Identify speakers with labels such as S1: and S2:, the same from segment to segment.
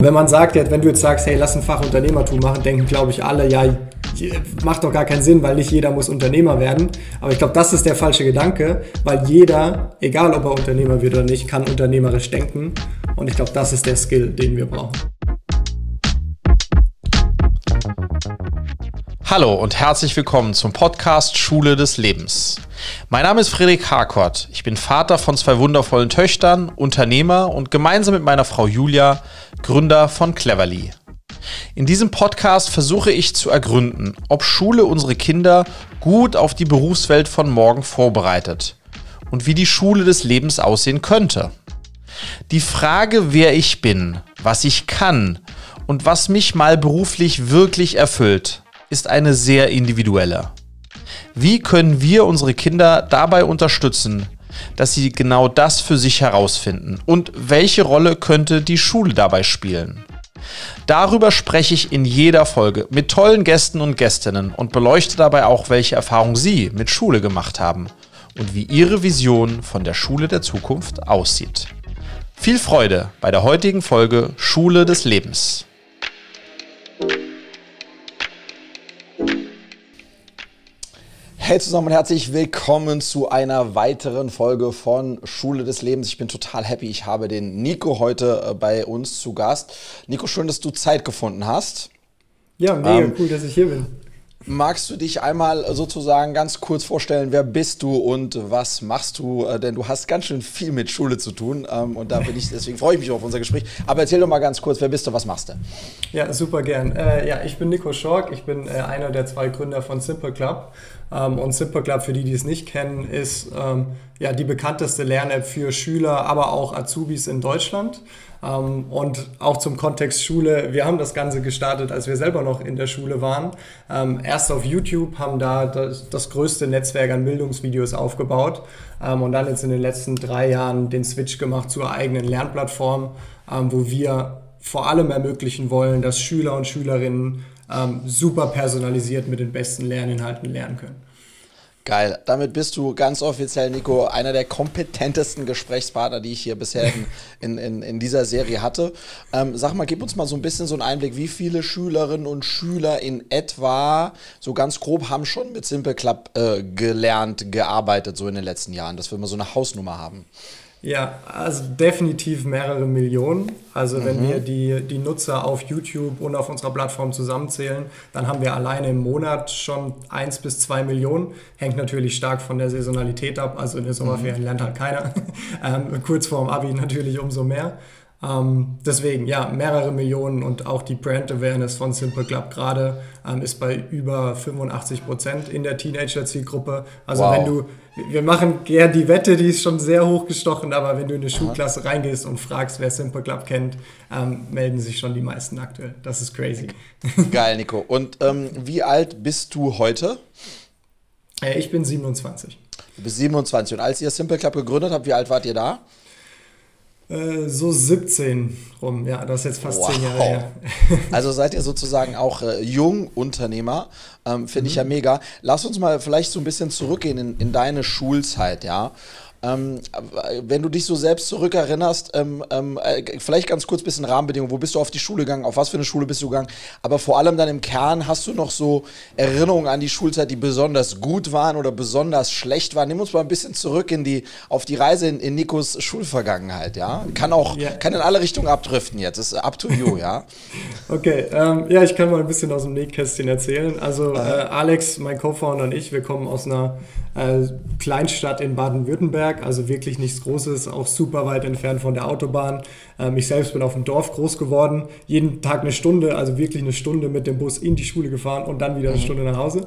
S1: Wenn man sagt, wenn du jetzt sagst, hey, lass ein Fach Unternehmertum machen, denken, glaube ich, alle, ja, macht doch gar keinen Sinn, weil nicht jeder muss Unternehmer werden. Aber ich glaube, das ist der falsche Gedanke, weil jeder, egal ob er Unternehmer wird oder nicht, kann unternehmerisch denken. Und ich glaube, das ist der Skill, den wir brauchen.
S2: Hallo und herzlich willkommen zum Podcast Schule des Lebens. Mein Name ist Friedrich Harkort. Ich bin Vater von 2 wundervollen Töchtern, Unternehmer und gemeinsam mit meiner Frau Julia Gründer von Cleverly. In diesem Podcast versuche ich zu ergründen, ob Schule unsere Kinder gut auf die Berufswelt von morgen vorbereitet und wie die Schule des Lebens aussehen könnte. Die Frage, wer ich bin, was ich kann und was mich mal beruflich wirklich erfüllt, ist eine sehr individuelle. Wie können wir unsere Kinder dabei unterstützen, dass sie genau das für sich herausfinden? Und welche Rolle könnte die Schule dabei spielen? Darüber spreche ich in jeder Folge mit tollen Gästen und Gästinnen und beleuchte dabei auch, welche Erfahrungen sie mit Schule gemacht haben und wie ihre Vision von der Schule der Zukunft aussieht. Viel Freude bei der heutigen Folge Schule des Lebens. Hey zusammen und herzlich willkommen zu einer weiteren Folge von Schule des Lebens. Ich bin total happy, ich habe den Nico heute bei uns zu Gast. Nico, schön, dass du Zeit gefunden hast.
S1: Ja, mega cool, dass ich hier bin.
S2: Magst du dich einmal sozusagen ganz kurz vorstellen, wer bist du und was machst du? Denn du hast ganz schön viel mit Schule zu tun und deswegen freue ich mich auf unser Gespräch. Aber erzähl doch mal ganz kurz, wer bist du, was machst du?
S1: Ja, super gern. Ich bin Nico Schork, ich bin einer der 2 Gründer von Simple Club. Und Simple Club, für die es nicht kennen, ist die bekannteste Lern-App für Schüler, aber auch Azubis in Deutschland. Und auch zum Kontext Schule, wir haben das Ganze gestartet, als wir selber noch in der Schule waren. Erst auf YouTube, haben da das größte Netzwerk an Bildungsvideos aufgebaut und dann jetzt in den letzten 3 Jahren den Switch gemacht zur eigenen Lernplattform, wo wir vor allem ermöglichen wollen, dass Schüler und Schülerinnen super personalisiert mit den besten Lerninhalten lernen können.
S2: Geil, damit bist du ganz offiziell, Nico, einer der kompetentesten Gesprächspartner, die ich hier bisher in dieser Serie hatte. Sag mal, gib uns mal so ein bisschen so einen Einblick, wie viele Schülerinnen und Schüler in etwa, so ganz grob, haben schon mit Simple Club gelernt, gearbeitet, so in den letzten Jahren, dass wir mal so eine Hausnummer haben.
S1: Ja, also definitiv mehrere Millionen. Also wenn wir die Nutzer auf YouTube und auf unserer Plattform zusammenzählen, dann haben wir alleine im Monat schon 1 bis 2 Millionen. Hängt natürlich stark von der Saisonalität ab. Also in den Sommerferien lernt halt keiner. Kurz vorm Abi natürlich umso mehr. Deswegen, ja, mehrere Millionen und auch die Brand Awareness von Simple Club gerade ist bei über 85% in der Teenager-Zielgruppe. Also
S2: wow.
S1: wir machen gern die Wette, die ist schon sehr hoch gestochen, aber wenn du in eine Schulklasse reingehst und fragst, wer Simple Club kennt, melden sich schon die meisten aktuell. Das ist crazy.
S2: Geil, Nico. Und wie alt bist du heute?
S1: Ich bin 27.
S2: Du bist 27 und als ihr Simple Club gegründet habt, wie alt wart ihr da?
S1: So 17 rum, ja, das ist jetzt fast 10 Jahre her.
S2: Also seid ihr sozusagen auch Jungunternehmer, finde ich ja mega. Lass uns mal vielleicht so ein bisschen zurückgehen in deine Schulzeit, ja. Wenn du dich so selbst zurückerinnerst, vielleicht ganz kurz ein bisschen Rahmenbedingungen, wo bist du auf die Schule gegangen, auf was für eine Schule bist du gegangen, aber vor allem dann im Kern, hast du noch so Erinnerungen an die Schulzeit, die besonders gut waren oder besonders schlecht waren? Nimm uns mal ein bisschen zurück auf die Reise in Nikos Schulvergangenheit, ja? Kann in alle Richtungen abdriften jetzt, ist up to you, ja?
S1: Okay, ich kann mal ein bisschen aus dem Nähkästchen erzählen. Also Alex, mein Co-Founder und ich, wir kommen aus einer Kleinstadt in Baden-Württemberg, also wirklich nichts Großes, auch super weit entfernt von der Autobahn. Ich selbst bin auf dem Dorf groß geworden, jeden Tag eine Stunde, also wirklich eine Stunde mit dem Bus in die Schule gefahren und dann wieder eine Stunde nach Hause.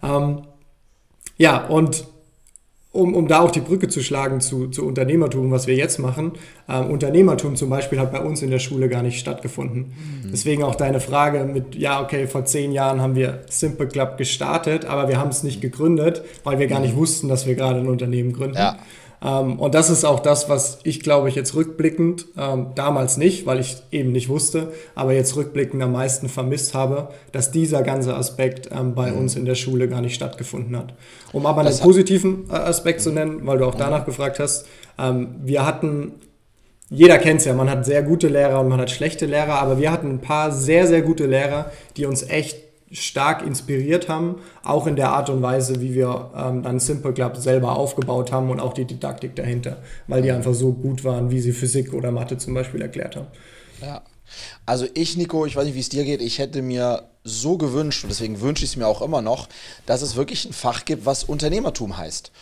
S1: Und um da auch die Brücke zu schlagen zu Unternehmertum, was wir jetzt machen. Unternehmertum zum Beispiel hat bei uns in der Schule gar nicht stattgefunden. Deswegen auch deine Frage mit, vor 10 Jahren haben wir Simple Club gestartet, aber wir haben es nicht gegründet, weil wir gar nicht wussten, dass wir gerade ein Unternehmen gründen. Ja. Und das ist auch das, was ich, glaube ich, jetzt rückblickend, damals nicht, weil ich eben nicht wusste, aber jetzt rückblickend am meisten vermisst habe, dass dieser ganze Aspekt bei uns in der Schule gar nicht stattgefunden hat. Um aber einen positiven Aspekt zu nennen, weil du auch danach gefragt hast, wir hatten jeder kennt es ja, man hat sehr gute Lehrer und man hat schlechte Lehrer, aber wir hatten ein paar sehr, sehr gute Lehrer, die uns echt stark inspiriert haben, auch in der Art und Weise, wie wir dann Simple Club selber aufgebaut haben und auch die Didaktik dahinter, weil die einfach so gut waren, wie sie Physik oder Mathe zum Beispiel erklärt haben.
S2: Ja. Also Nico, ich weiß nicht, wie es dir geht, ich hätte mir so gewünscht, und deswegen wünsche ich es mir auch immer noch, dass es wirklich ein Fach gibt, was Unternehmertum heißt,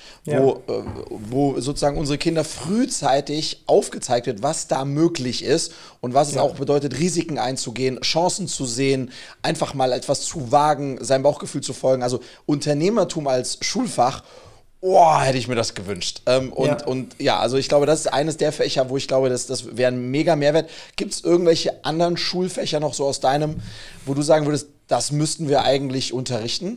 S2: wo sozusagen unsere Kinder frühzeitig aufgezeigt wird, was da möglich ist und was es auch bedeutet, Risiken einzugehen, Chancen zu sehen, einfach mal etwas zu wagen, seinem Bauchgefühl zu folgen. Also Unternehmertum als Schulfach. Oh, hätte ich mir das gewünscht. Und also ich glaube, das ist eines der Fächer, wo ich glaube, das wäre ein mega Mehrwert. Gibt es irgendwelche anderen Schulfächer noch so aus deinem, wo du sagen würdest, das müssten wir eigentlich unterrichten?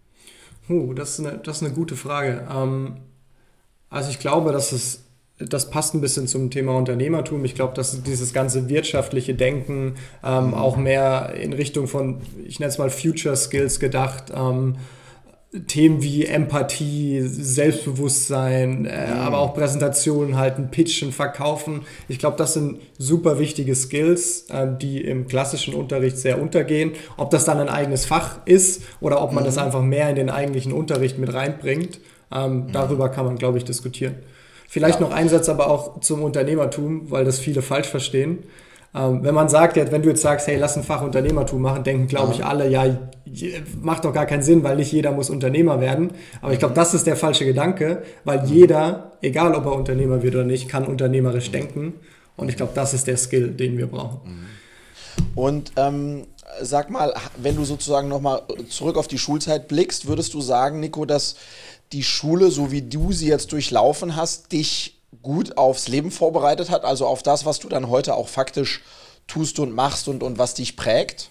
S1: Das ist eine gute Frage. Also ich glaube, das passt ein bisschen zum Thema Unternehmertum. Ich glaube, dass dieses ganze wirtschaftliche Denken auch mehr in Richtung von, ich nenne es mal Future Skills gedacht, Themen wie Empathie, Selbstbewusstsein, aber auch Präsentationen halten, pitchen, verkaufen. Ich glaube, das sind super wichtige Skills, die im klassischen Unterricht sehr untergehen. Ob das dann ein eigenes Fach ist oder ob man das einfach mehr in den eigentlichen Unterricht mit reinbringt, darüber kann man, glaube ich, diskutieren. Vielleicht noch ein Satz aber auch zum Unternehmertum, weil das viele falsch verstehen. Wenn man sagt, wenn du jetzt sagst, hey, lass ein Fach Unternehmertum machen, denken, glaube ich, alle, ja, macht doch gar keinen Sinn, weil nicht jeder muss Unternehmer werden. Aber ich glaube, das ist der falsche Gedanke, weil jeder, egal ob er Unternehmer wird oder nicht, kann unternehmerisch denken. Und ich glaube, das ist der Skill, den wir brauchen.
S2: Und sag mal, wenn du sozusagen nochmal zurück auf die Schulzeit blickst, würdest du sagen, Nico, dass die Schule, so wie du sie jetzt durchlaufen hast, dich gut aufs Leben vorbereitet hat, also auf das, was du dann heute auch faktisch tust und machst und was dich prägt?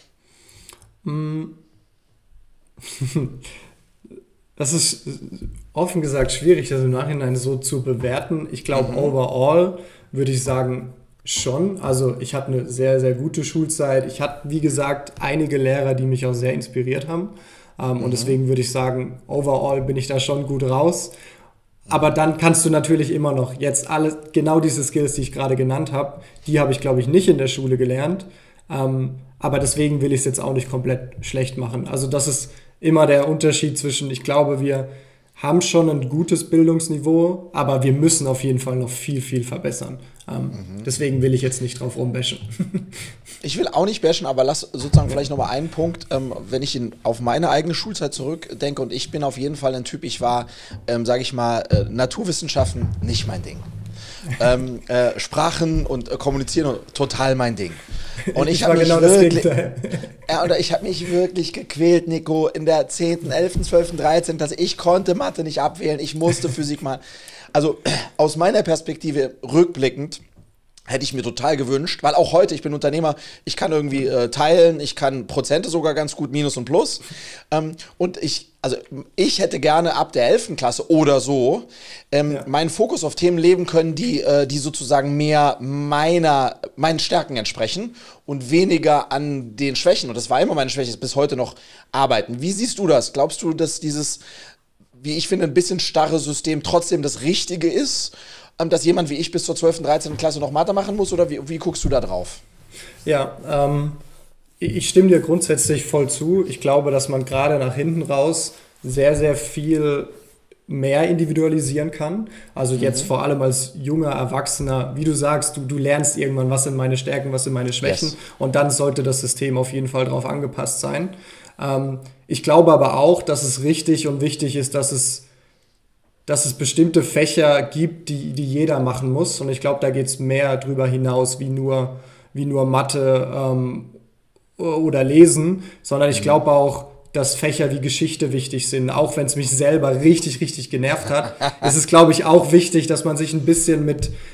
S1: Das ist offen gesagt schwierig, das im Nachhinein so zu bewerten. Ich glaube, overall würde ich sagen, schon. Also ich hatte eine sehr, sehr gute Schulzeit. Ich hatte, wie gesagt, einige Lehrer, die mich auch sehr inspiriert haben. Und deswegen würde ich sagen, overall bin ich da schon gut raus. Aber dann kannst du natürlich immer noch jetzt genau diese Skills, die ich gerade genannt habe, die habe ich, glaube ich, nicht in der Schule gelernt. Aber deswegen will ich es jetzt auch nicht komplett schlecht machen. Also das ist immer der Unterschied zwischen, ich glaube, wir haben schon ein gutes Bildungsniveau, aber wir müssen auf jeden Fall noch viel, viel verbessern. Deswegen will ich jetzt nicht drauf rumbashen.
S2: Ich will auch nicht bashen, aber lass sozusagen vielleicht nochmal einen Punkt, wenn ich auf meine eigene Schulzeit zurückdenke, und ich bin auf jeden Fall ein Typ, ich war, sage ich mal, Naturwissenschaften nicht mein Ding. Sprachen und Kommunizieren total mein Ding. Und ich habe genau ich habe mich wirklich gequält, Nico, in der 10., 11., 12., 13. Also ich konnte Mathe nicht abwählen, ich musste Physik machen. Also aus meiner Perspektive rückblickend hätte ich mir total gewünscht, weil auch heute, ich bin Unternehmer, ich kann irgendwie teilen, ich kann Prozente sogar ganz gut, Minus und Plus. Und ich hätte gerne ab der 11. Klasse oder so meinen Fokus auf Themen leben können, die sozusagen mehr meinen Stärken entsprechen und weniger an den Schwächen. Und das war immer meine Schwäche, ist bis heute noch arbeiten. Wie siehst du das? Glaubst du, dass dieses, wie ich finde, ein bisschen starre System trotzdem das Richtige ist? Dass jemand wie ich bis zur 12., 13. Klasse noch Mathe machen muss, oder wie guckst du da drauf?
S1: Ja, ich stimme dir grundsätzlich voll zu. Ich glaube, dass man gerade nach hinten raus sehr, sehr viel mehr individualisieren kann. Also jetzt vor allem als junger Erwachsener, wie du sagst, du lernst irgendwann, was sind meine Stärken, was sind meine Schwächen, und dann sollte das System auf jeden Fall darauf angepasst sein. Ich glaube aber auch, dass es richtig und wichtig ist, dass es bestimmte Fächer gibt, die jeder machen muss. Und ich glaube, da geht es mehr drüber hinaus, wie nur Mathe oder Lesen, sondern ich glaube auch, dass Fächer wie Geschichte wichtig sind. Auch wenn es mich selber richtig, richtig genervt hat, ist es, glaube ich, auch wichtig, dass man sich ein bisschen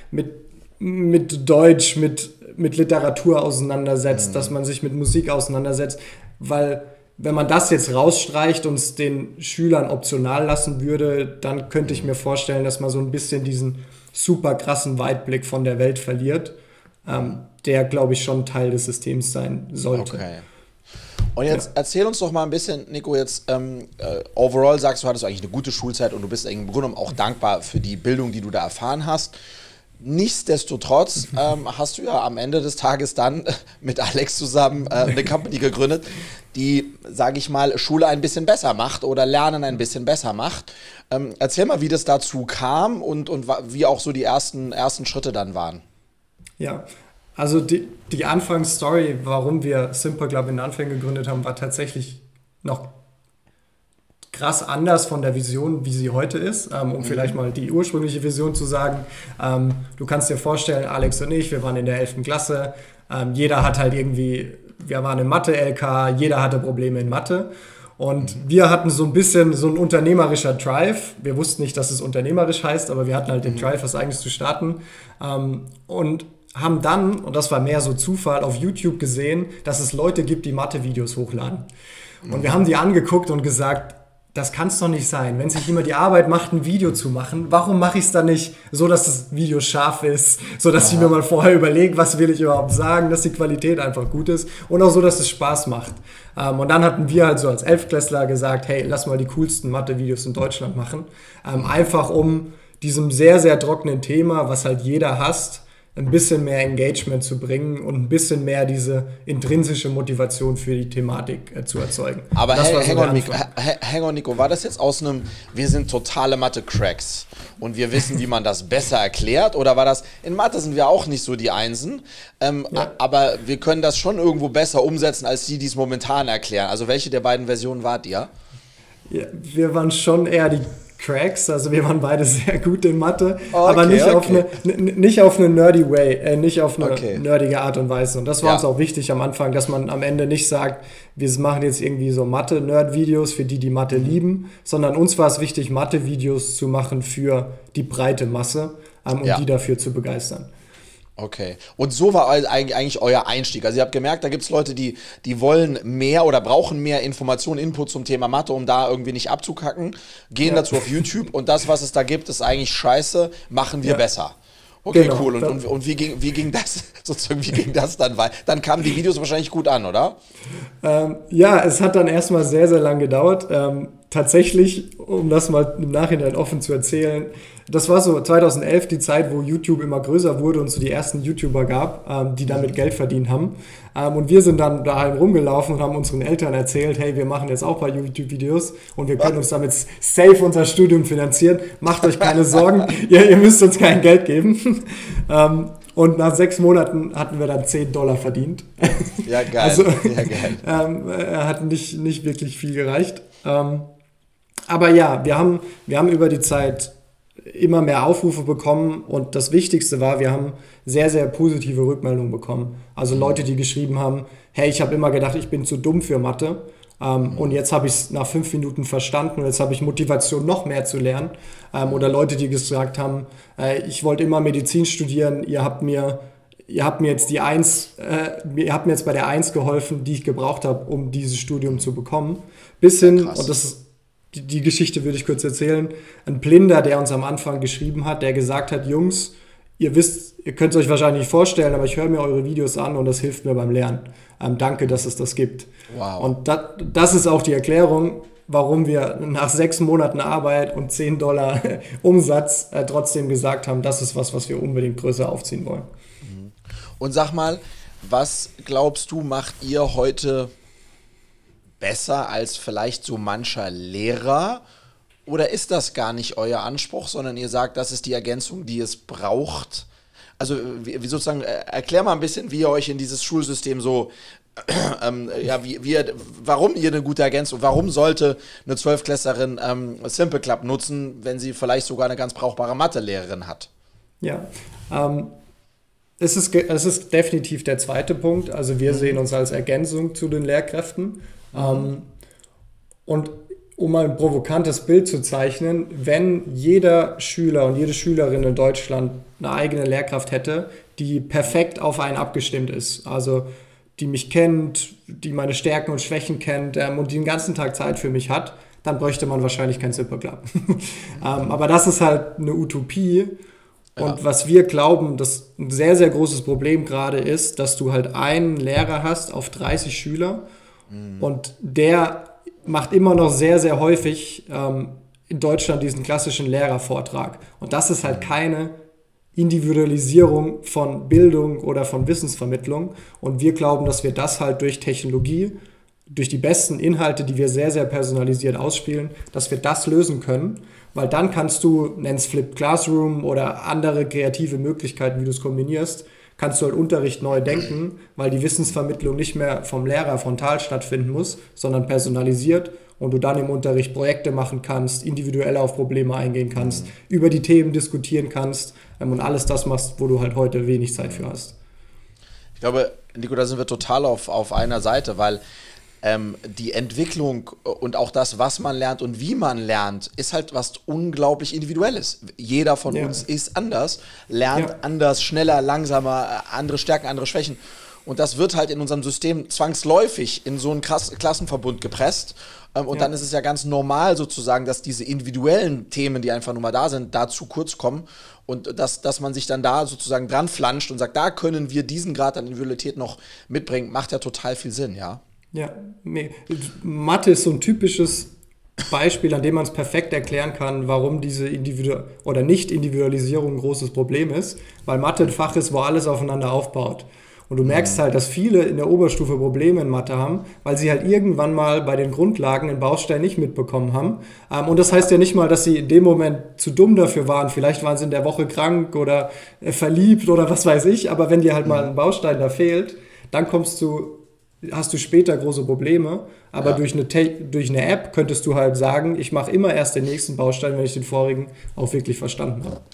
S1: mit Deutsch, mit Literatur auseinandersetzt, dass man sich mit Musik auseinandersetzt, weil wenn man das jetzt rausstreicht und es den Schülern optional lassen würde, dann könnte ich mir vorstellen, dass man so ein bisschen diesen super krassen Weitblick von der Welt verliert, der, glaube ich, schon Teil des Systems sein sollte.
S2: Okay. Und jetzt erzähl uns doch mal ein bisschen, Nico, jetzt overall sagst du, hattest eigentlich eine gute Schulzeit und du bist im Grunde genommen auch dankbar für die Bildung, die du da erfahren hast. Nichtsdestotrotz hast du ja am Ende des Tages dann mit Alex zusammen eine Company gegründet, die, sage ich mal, Schule ein bisschen besser macht oder Lernen ein bisschen besser macht. Erzähl mal, wie das dazu kam und wie auch so die ersten Schritte dann waren.
S1: Ja, also die Anfangsstory, warum wir Simple Club in den Anfängen gegründet haben, war tatsächlich noch krass anders von der Vision, wie sie heute ist. Vielleicht mal die ursprüngliche Vision zu sagen. Du kannst dir vorstellen, Alex und ich, wir waren in der 11. Klasse. Jeder hat halt irgendwie, wir waren im Mathe-LK, jeder hatte Probleme in Mathe. Und wir hatten so ein bisschen so ein unternehmerischer Drive. Wir wussten nicht, dass es unternehmerisch heißt, aber wir hatten halt den Drive, was eigentlich zu starten. Und haben dann, und das war mehr so Zufall, auf YouTube gesehen, dass es Leute gibt, die Mathe-Videos hochladen. Und wir haben die angeguckt und gesagt, das kann es doch nicht sein. Wenn sich jemand die Arbeit macht, ein Video zu machen, warum mache ich es dann nicht so, dass das Video scharf ist, so dass ich mir mal vorher überlege, was will ich überhaupt sagen, dass die Qualität einfach gut ist und auch so, dass es Spaß macht. Und dann hatten wir halt so als Elftklässler gesagt, hey, lass mal die coolsten Mathe-Videos in Deutschland machen. Einfach um diesem sehr, sehr trockenen Thema, was halt jeder hasst, ein bisschen mehr Engagement zu bringen und ein bisschen mehr diese intrinsische Motivation für die Thematik zu erzeugen.
S2: Aber hang on, Nico, war das jetzt aus einem, wir sind totale Mathe-Cracks und wir wissen, wie man das besser erklärt, oder war das, in Mathe sind wir auch nicht so die Einsen, aber wir können das schon irgendwo besser umsetzen, als die es momentan erklären. Also welche der beiden Versionen wart ihr?
S1: Ja, wir waren schon eher die Cracks, also wir waren beide sehr gut in Mathe, aber nicht auf eine nerdy way, nicht auf eine nerdige Art und Weise. Und das war uns auch wichtig am Anfang, dass man am Ende nicht sagt, wir machen jetzt irgendwie so Mathe-Nerd-Videos für die Mathe lieben, sondern uns war es wichtig, Mathe-Videos zu machen für die breite Masse, die dafür zu begeistern.
S2: Okay. Und so war eigentlich euer Einstieg. Also ihr habt gemerkt, da gibt es Leute, die wollen mehr oder brauchen mehr Informationen, Input zum Thema Mathe, um da irgendwie nicht abzukacken, gehen dazu auf YouTube und das, was es da gibt, ist eigentlich scheiße, machen wir besser. Okay, genau. Cool. Und wie ging das sozusagen, wie ging das dann? Weil dann kamen die Videos wahrscheinlich gut an, oder?
S1: Es hat dann erstmal sehr, sehr lang gedauert. Tatsächlich, um das mal im Nachhinein offen zu erzählen, das war so 2011 die Zeit, wo YouTube immer größer wurde und es so die ersten YouTuber gab, die damit Geld verdient haben. Und wir sind dann daheim rumgelaufen und haben unseren Eltern erzählt, hey, wir machen jetzt auch ein paar YouTube-Videos und wir können uns damit safe unser Studium finanzieren. Macht euch keine Sorgen, ihr müsst uns kein Geld geben. Und nach 6 Monaten hatten wir dann $10 verdient.
S2: Ja, geil.
S1: Also,
S2: ja, geil.
S1: Hat nicht wirklich viel gereicht. Aber ja, wir haben über die Zeit immer mehr Aufrufe bekommen und das Wichtigste war, wir haben sehr, sehr positive Rückmeldungen bekommen. Also Leute, die geschrieben haben, hey, ich habe immer gedacht, ich bin zu dumm für Mathe und jetzt habe ich es nach 5 Minuten verstanden und jetzt habe ich Motivation, noch mehr zu lernen. Oder Leute, die gesagt haben, ich wollte immer Medizin studieren, ihr habt mir jetzt bei der 1 geholfen, die ich gebraucht habe, um dieses Studium zu bekommen. Bis hin, und das ist die Geschichte würde ich kurz erzählen, ein Blinder, der uns am Anfang geschrieben hat, der gesagt hat, Jungs, ihr könnt es euch wahrscheinlich nicht vorstellen, aber ich höre mir eure Videos an und das hilft mir beim Lernen. Danke, dass es das gibt.
S2: Wow.
S1: Und das ist auch die Erklärung, warum wir nach 6 Monaten Arbeit und $10 Umsatz trotzdem gesagt haben, das ist was wir unbedingt größer aufziehen wollen.
S2: Und sag mal, was glaubst du, macht ihr heute besser als vielleicht so mancher Lehrer? Oder ist das gar nicht euer Anspruch, sondern ihr sagt, das ist die Ergänzung, die es braucht? Also wie sozusagen, erklär mal ein bisschen, wie ihr euch in dieses Schulsystem so, warum ihr eine gute Ergänzung, warum sollte eine 12-Klässlerin Simple Club nutzen, wenn sie vielleicht sogar eine ganz brauchbare Mathelehrerin hat?
S1: Ja, es ist definitiv der zweite Punkt. Also wir sehen uns als Ergänzung zu den Lehrkräften. Und um mal ein provokantes Bild zu zeichnen, wenn jeder Schüler und jede Schülerin in Deutschland eine eigene Lehrkraft hätte, die perfekt auf einen abgestimmt ist, also die mich kennt, die meine Stärken und Schwächen kennt und die den ganzen Tag Zeit für mich hat, dann bräuchte man wahrscheinlich kein Simple Club. Aber das ist halt eine Utopie. Und was wir glauben, das ein sehr, sehr großes Problem gerade ist, dass du halt einen Lehrer hast auf 30 Schüler und der macht immer noch sehr, sehr häufig in Deutschland diesen klassischen Lehrervortrag. Und das ist halt keine Individualisierung von Bildung oder von Wissensvermittlung. Und wir glauben, dass wir das halt durch Technologie, durch die besten Inhalte, die wir sehr, sehr personalisiert ausspielen, dass wir das lösen können. Weil dann kannst du, nenn's Flipped Classroom oder andere kreative Möglichkeiten, wie du es kombinierst, kannst du halt Unterricht neu denken, weil die Wissensvermittlung nicht mehr vom Lehrer frontal stattfinden muss, sondern personalisiert und du dann im Unterricht Projekte machen kannst, individuell auf Probleme eingehen kannst, über die Themen diskutieren kannst und alles das machst, wo du halt heute wenig Zeit für hast.
S2: Ich glaube, Nico, da sind wir total auf einer Seite, weil die Entwicklung und auch das, was man lernt und wie man lernt, ist halt was unglaublich Individuelles. Jeder von uns ist anders, lernt anders, schneller, langsamer, andere Stärken, andere Schwächen. Und das wird halt in unserem System zwangsläufig in so einen Klassenverbund gepresst. Und dann ist es ja ganz normal sozusagen, dass diese individuellen Themen, die einfach nur mal da sind, da zu kurz kommen. Und dass man sich dann da sozusagen dran flanscht und sagt, da können wir diesen Grad an Individualität noch mitbringen, macht ja total viel Sinn, ja.
S1: Ja, Mathe ist so ein typisches Beispiel, an dem man es perfekt erklären kann, warum diese Nicht-Individualisierung ein großes Problem ist, weil Mathe ein Fach ist, wo alles aufeinander aufbaut. Und du merkst halt, dass viele in der Oberstufe Probleme in Mathe haben, weil sie halt irgendwann mal bei den Grundlagen einen Baustein nicht mitbekommen haben. Und das heißt ja nicht mal, dass sie in dem Moment zu dumm dafür waren. Vielleicht waren sie in der Woche krank oder verliebt oder was weiß ich. Aber wenn dir halt mal ein Baustein da fehlt, dann hast du später große Probleme, aber durch eine App könntest du halt sagen, ich mache immer erst den nächsten Baustein, wenn ich den vorigen auch wirklich verstanden habe.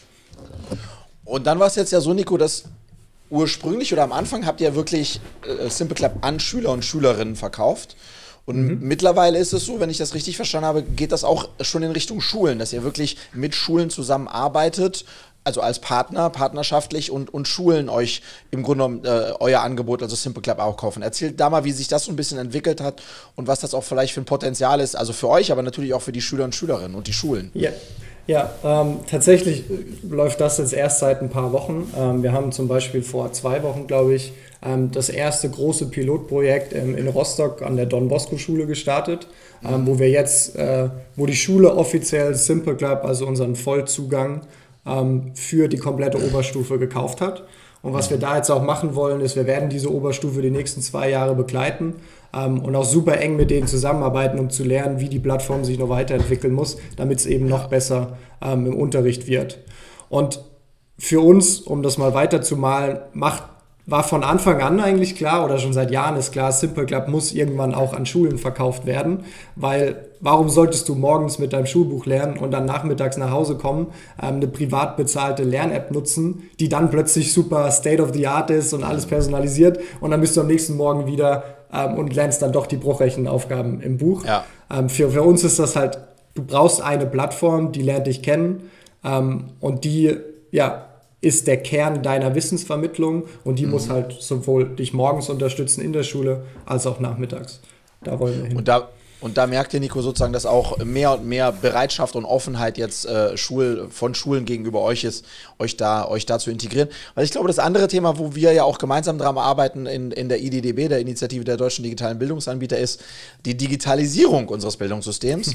S2: Und dann war es jetzt ja so, Nico, dass ursprünglich oder am Anfang habt ihr wirklich Simple Club an Schüler und Schülerinnen verkauft. Und mittlerweile ist es so, wenn ich das richtig verstanden habe, geht das auch schon in Richtung Schulen, dass ihr wirklich mit Schulen zusammenarbeitet, also als Partner, partnerschaftlich und Schulen euch im Grunde genommen euer Angebot, also Simple Club, auch kaufen. Erzählt da mal, wie sich das so ein bisschen entwickelt hat und was das auch vielleicht für ein Potenzial ist, also für euch, aber natürlich auch für die Schüler und Schülerinnen und die Schulen.
S1: Ja, tatsächlich läuft das jetzt erst seit ein paar Wochen. Wir haben zum Beispiel vor 2 Wochen, glaube ich, das erste große Pilotprojekt in Rostock an der Don Bosco Schule gestartet, wo wir jetzt, wo die Schule offiziell Simple Club, also unseren Vollzugang für die komplette Oberstufe gekauft hat. Und was wir da jetzt auch machen wollen, ist, wir werden diese Oberstufe die nächsten 2 Jahre begleiten und auch super eng mit denen zusammenarbeiten, um zu lernen, wie die Plattform sich noch weiterentwickeln muss, damit es eben noch besser im Unterricht wird. Und für uns, um das mal weiterzumalen, war von Anfang an eigentlich klar, oder schon seit Jahren ist klar, Simple Club muss irgendwann auch an Schulen verkauft werden, weil warum solltest du morgens mit deinem Schulbuch lernen und dann nachmittags nach Hause kommen, eine privat bezahlte Lern-App nutzen, die dann plötzlich super State of the Art ist und alles personalisiert und dann bist du am nächsten Morgen wieder und lernst dann doch die Bruchrechenaufgaben im Buch. Ja. Für uns ist das halt, du brauchst eine Plattform, die lernt dich kennen und die, ist der Kern deiner Wissensvermittlung und die muss halt sowohl dich morgens unterstützen in der Schule als auch nachmittags. Da wollen wir hin.
S2: Und da merkt ihr, Nico, sozusagen, dass auch mehr und mehr Bereitschaft und Offenheit jetzt von Schulen gegenüber euch ist, euch da zu integrieren. Weil ich glaube, das andere Thema, wo wir ja auch gemeinsam daran arbeiten in der IDDB, der Initiative der Deutschen Digitalen Bildungsanbieter, ist die Digitalisierung unseres Bildungssystems.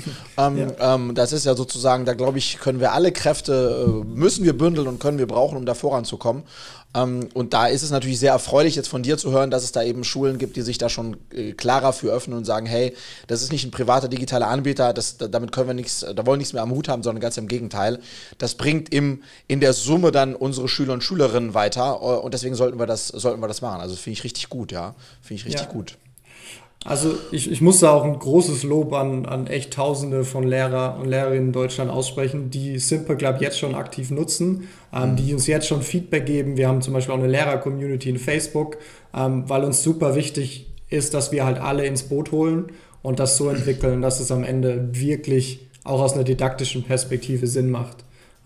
S2: Das ist ja sozusagen, da glaube ich, können wir alle Kräfte, müssen wir bündeln und können wir brauchen, um da voranzukommen. Und da ist es natürlich sehr erfreulich, jetzt von dir zu hören, dass es da eben Schulen gibt, die sich da schon klarer für öffnen und sagen, hey, das ist nicht ein privater digitaler Anbieter, damit können wir nichts, da wollen wir nichts mehr am Hut haben, sondern ganz im Gegenteil. Das bringt in der Summe dann unsere Schüler und Schülerinnen weiter und deswegen sollten wir das machen. Also finde ich richtig gut, ja. Finde ich richtig gut.
S1: Also ich muss da auch ein großes Lob an echt Tausende von Lehrer und Lehrerinnen in Deutschland aussprechen, die Simple Club jetzt schon aktiv nutzen, die uns jetzt schon Feedback geben. Wir haben zum Beispiel auch eine Lehrer-Community in Facebook, weil uns super wichtig ist, dass wir halt alle ins Boot holen und das so entwickeln, dass es am Ende wirklich auch aus einer didaktischen Perspektive Sinn macht.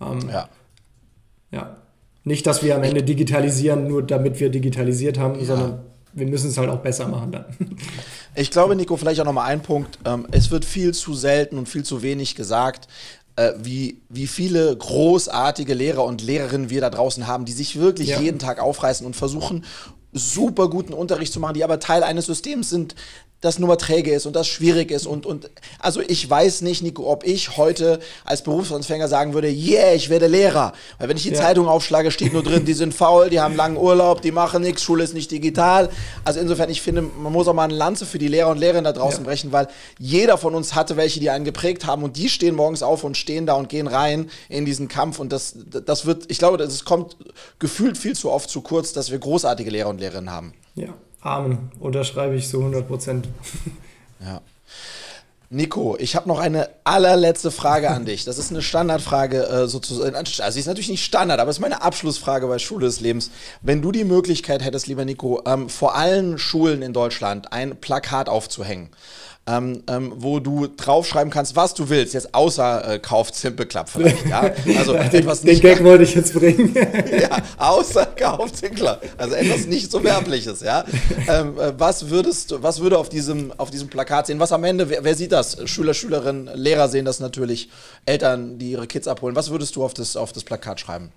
S1: Nicht, dass wir am Ende digitalisieren, nur damit wir digitalisiert haben, sondern wir müssen es halt auch besser machen dann.
S2: Ich glaube, Nico, vielleicht auch nochmal ein Punkt. Es wird viel zu selten und viel zu wenig gesagt, wie viele großartige Lehrer und Lehrerinnen wir da draußen haben, die sich wirklich jeden Tag aufreißen und versuchen, super guten Unterricht zu machen, die aber Teil eines Systems sind,
S3: das nur mal träge ist und das schwierig ist und also ich weiß nicht, Nico, ob ich heute als Berufsanfänger sagen würde, yeah, ich werde Lehrer. Weil wenn ich die Zeitung aufschlage, steht nur drin, die sind faul, die haben langen Urlaub, die machen nichts, Schule ist nicht digital. Also insofern, ich finde, man muss auch mal eine Lanze für die Lehrer und Lehrerinnen da draußen brechen, weil jeder von uns hatte welche, die einen geprägt haben und die stehen morgens auf und stehen da und gehen rein in diesen Kampf und das wird, ich glaube, das kommt gefühlt viel zu oft zu kurz, dass wir großartige Lehrer und Lehrerinnen haben.
S1: Ja. Amen, unterschreibe ich zu 100%.
S3: Ja. Nico, ich habe noch eine allerletzte Frage an dich. Das ist eine Standardfrage sozusagen. Also sie ist natürlich nicht Standard, aber es ist meine Abschlussfrage bei Schule des Lebens. Wenn du die Möglichkeit hättest, lieber Nico, vor allen Schulen in Deutschland ein Plakat aufzuhängen, wo du draufschreiben kannst, was du willst, jetzt außer kauft Simple Club vielleicht, ja? Also etwas
S1: den
S3: nicht...
S1: Gag wollte ich jetzt bringen.
S3: Ja, außer kauft Simple Club. Also etwas nicht so Werbliches, ja? Was würde auf diesem Plakat sehen? Was am Ende, wer sieht das? Schüler, Schülerinnen, Lehrer sehen das natürlich, Eltern, die ihre Kids abholen. Was würdest du auf das Plakat schreiben?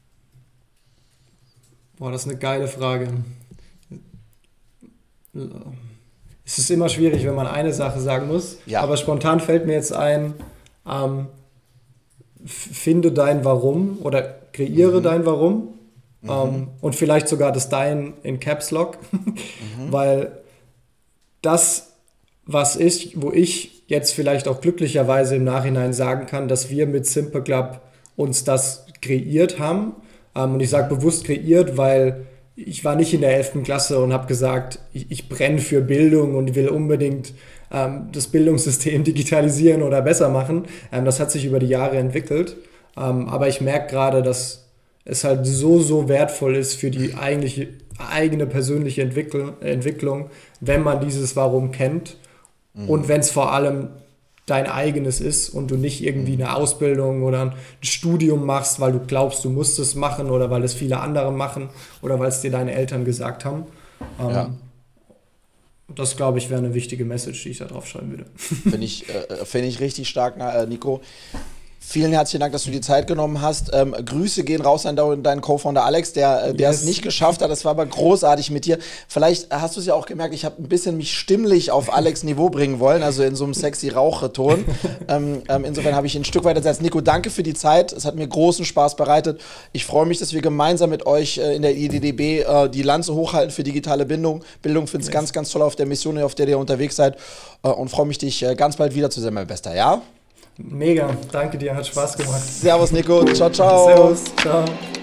S1: Boah, das ist eine geile Frage. Es ist immer schwierig, wenn man eine Sache sagen muss, aber spontan fällt mir jetzt ein, finde dein Warum oder kreiere dein Warum und vielleicht sogar das Dein in Caps Lock, weil das was ist, wo ich jetzt vielleicht auch glücklicherweise im Nachhinein sagen kann, dass wir mit Simple Club uns das kreiert haben und ich sage bewusst kreiert, weil ich war nicht in der 11. Klasse und habe gesagt, ich brenne für Bildung und will unbedingt das Bildungssystem digitalisieren oder besser machen. Das hat sich über die Jahre entwickelt. Aber ich merke gerade, dass es halt so wertvoll ist für die eigene persönliche Entwicklung, wenn man dieses Warum kennt und wenn es vor allem dein eigenes ist und du nicht irgendwie eine Ausbildung oder ein Studium machst, weil du glaubst, du musst es machen oder weil es viele andere machen oder weil es dir deine Eltern gesagt haben. Das, glaube ich, wäre eine wichtige Message, die ich da drauf schreiben würde.
S3: Finde ich richtig stark, Nico. Vielen herzlichen Dank, dass du die Zeit genommen hast. Grüße gehen raus an deinen Co-Founder Alex, der es nicht geschafft hat. Das war aber großartig mit dir. Vielleicht hast du es ja auch gemerkt, ich habe ein bisschen mich stimmlich auf Alex Niveau bringen wollen, also in so einem sexy Rauchton. Insofern habe ich ihn ein Stück weiter gesetzt. Nico, danke für die Zeit. Es hat mir großen Spaß bereitet. Ich freue mich, dass wir gemeinsam mit euch in der IDDB die Lanze hochhalten für digitale Bildung. Finde es ganz, ganz toll auf der Mission, auf der ihr unterwegs seid und freue mich, dich ganz bald wiederzusehen, mein Bester. Ja?
S1: Mega, danke dir, hat Spaß gemacht.
S3: Servus Nico, ciao, ciao.
S1: Servus, ciao.